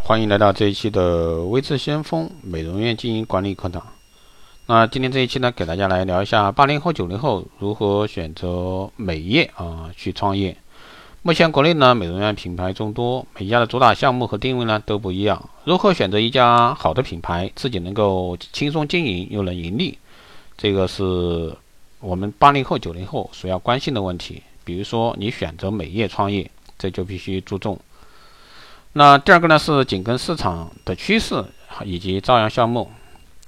欢迎来到这一期的微智先锋美容院经营管理课堂。那今天这一期呢，给大家来聊一下80后、90后如何选择美业去创业。目前国内呢，美容院品牌众多，每家的主打项目和定位呢都不一样。如何选择一家好的品牌，自己能够轻松经营又能盈利，这个是我们80后、90后所要关心的问题。比如说你选择美业创业，这就必须注重。那第二个呢是紧跟市场的趋势以及朝阳项目。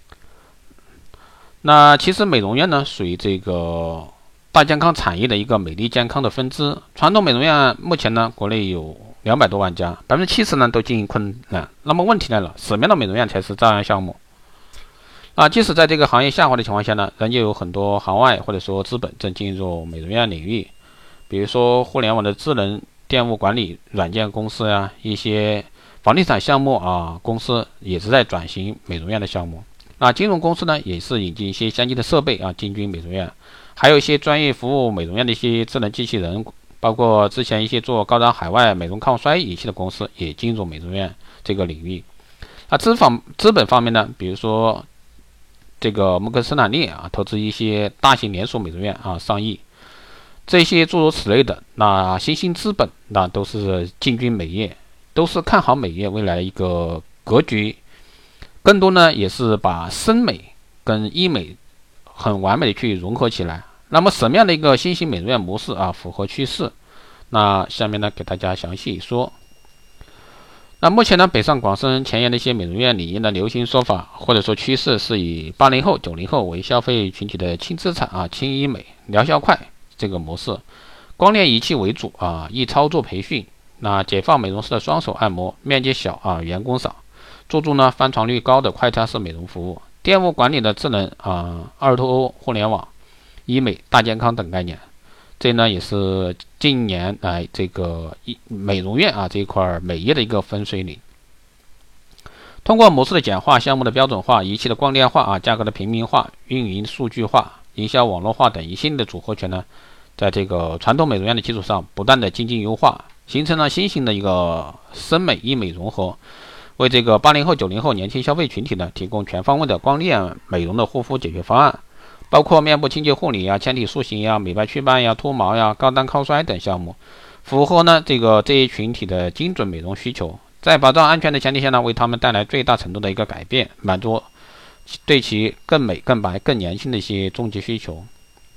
那其实美容院呢属于这个大健康产业的一个美丽健康的分支。传统美容院目前呢国内有200多万家，70%呢都经营困难。那么问题来了，什么样的美容院才是朝阳项目？即使在这个行业下滑的情况下呢，仍旧有很多行外或者说资本正进入美容院领域，比如说互联网的智能店务管理软件公司呀，一些房地产项目公司也是在转型美容院的项目。那金融公司呢，也是引进一些相关的设备进军美容院，还有一些专业服务美容院的一些智能机器人，包括之前一些做高端海外美容抗衰仪器的公司也进入美容院这个领域。那资本方面呢，比如说这个摩根士丹利投资一些大型连锁美容院上亿。这些诸如此类的，那新兴资本那都是进军美业，都是看好美业未来一个格局，更多呢也是把生美跟医美很完美的去融合起来。那么什么样的一个新型美容院模式符合趋势？那下面呢给大家详细说。那目前呢北上广深前沿的一些美容院理念的流行说法或者说趋势是以80后、90后为消费群体的轻资产轻医美、疗效快这个模式，光电仪器为主易操作培训，那解放美容师的双手按摩，面积小员工少，注重呢翻床率高的快餐式美容服务，店务管理的智能2to O 互联网、医美、大健康等概念。这呢也是近年来这个美容院这一块美业的一个分水岭。通过模式的简化、项目的标准化、仪器的光电化价格的平民化、运营数据化、营销网络化等一系列的组合拳呢，在这个传统美容院的基础上不断的精进优化，形成了新型的一个生美医美融合，为这个80后、90后年轻消费群体呢提供全方位的光电美容的护肤解决方案，包括面部清洁护理纤体塑形美白祛斑脱毛高端抗衰等项目，符合呢这一群体的精准美容需求，在保障安全的前提下呢，为他们带来最大程度的一个改变，满足对其更美、更白、更年轻的一些终极需求。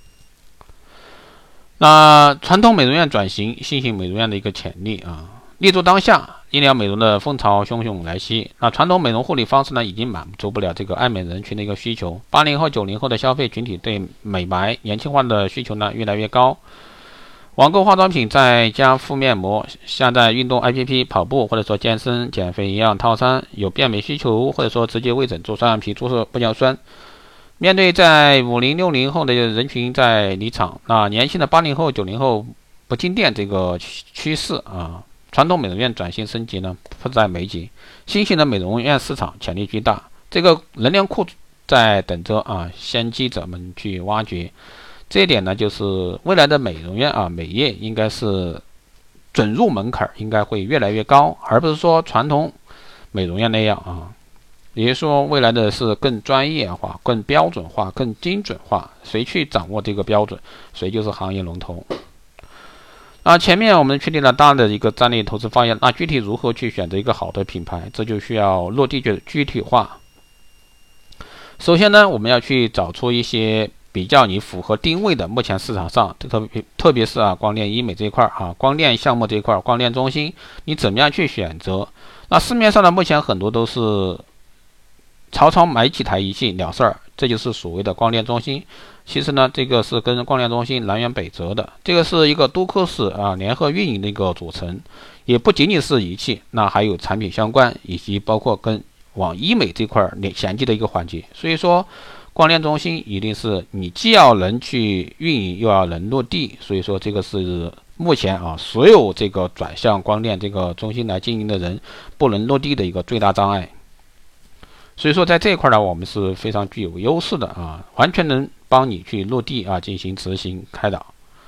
那传统美容院转型新型美容院的一个潜力立足当下，医疗美容的风潮汹汹来袭。那传统美容护理方式呢，已经满足不了这个爱美人群的一个需求。80后、90后的消费群体对美白、年轻化的需求呢越来越高。网购化妆品再加敷面膜，下载运动 APP 跑步或者说健身、减肥营养套餐，有变美需求或者说直接微整做双眼皮、注射玻尿酸。面对在50、60后的人群在离场，那年轻的80后、90后不进店这个趋势传统美容院转型升级呢迫在眉睫，新型的美容院市场潜力巨大，这个能量库在等着先机者们去挖掘。这一点呢，就是未来的美容院美业应该是准入门槛应该会越来越高，而不是说传统美容院那样也就是说未来的是更专业化、更标准化、更精准化，谁去掌握这个标准，谁就是行业龙头。前面我们确定了大的一个战略投资方向，那具体如何去选择一个好的品牌，这就需要落地具体化。首先呢，我们要去找出一些比较你符合定位的，目前市场上特别是光电医美这一块光电项目这一块，光电中心你怎么样去选择？那市面上呢，目前很多都是草草买几台仪器了事儿，这就是所谓的光电中心。其实呢，这个是跟光电中心南辕北辙的，这个是一个多科室联合运营的一个组成，也不仅仅是仪器，那还有产品相关，以及包括跟往医美这块衔接的一个环节。所以说光电中心一定是你既要能去运营，又要能落地，所以说这个是目前所有这个转向光电这个中心来经营的人不能落地的一个最大障碍。所以说在这一块呢，我们是非常具有优势的完全能帮你去落地进行执行开导。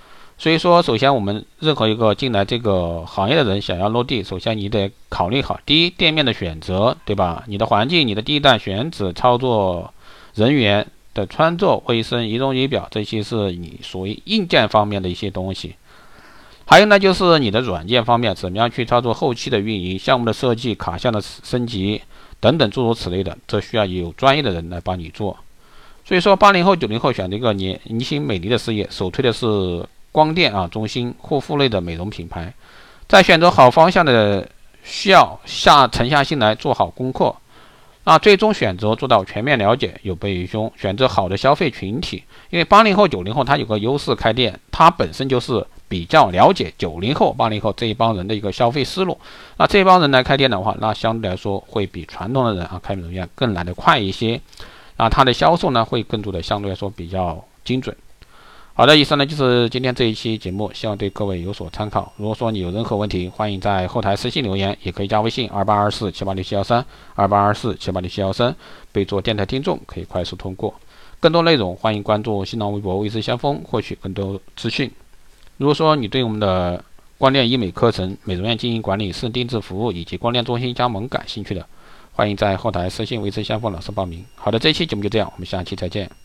所以说，首先我们任何一个进来这个行业的人想要落地，首先你得考虑好，第一，店面的选择，对吧？你的环境、你的地段选址、操作人员的穿着、卫生、仪容仪表，这些是你属于硬件方面的一些东西。还有呢，就是你的软件方面，怎么样去操作后期的运营、项目的设计、卡项的升级等等诸如此类的，这需要有专业的人来帮你做。所以说，80后、90后选择一个年轻美丽的事业，首推的是光电中心护肤类的美容品牌。在选择好方向的需要沉下心来做好功课，最终选择做到全面了解，有备于凶，选择好的消费群体。因为80后、90后他有个优势，开店他本身就是比较了解90后、80后这一帮人的一个消费思路。这帮人来开店的话，那相对来说会比传统的人开美容院更来得快一些。它的销售呢会更多的相对来说比较精准。好的，以上呢就是今天这一期节目，希望对各位有所参考。如果说你有任何问题，欢迎在后台私信留言，也可以加微信2824786713，2824786713，备注电台听众，可以快速通过。更多内容欢迎关注新浪微博微知先锋，获取更多资讯。如果说你对我们的光电医美课程、美容院经营管理、私人定制服务以及光电中心加盟感兴趣的，欢迎在后台私信微知先锋老师报名。好的，这一期节目就这样，我们下期再见。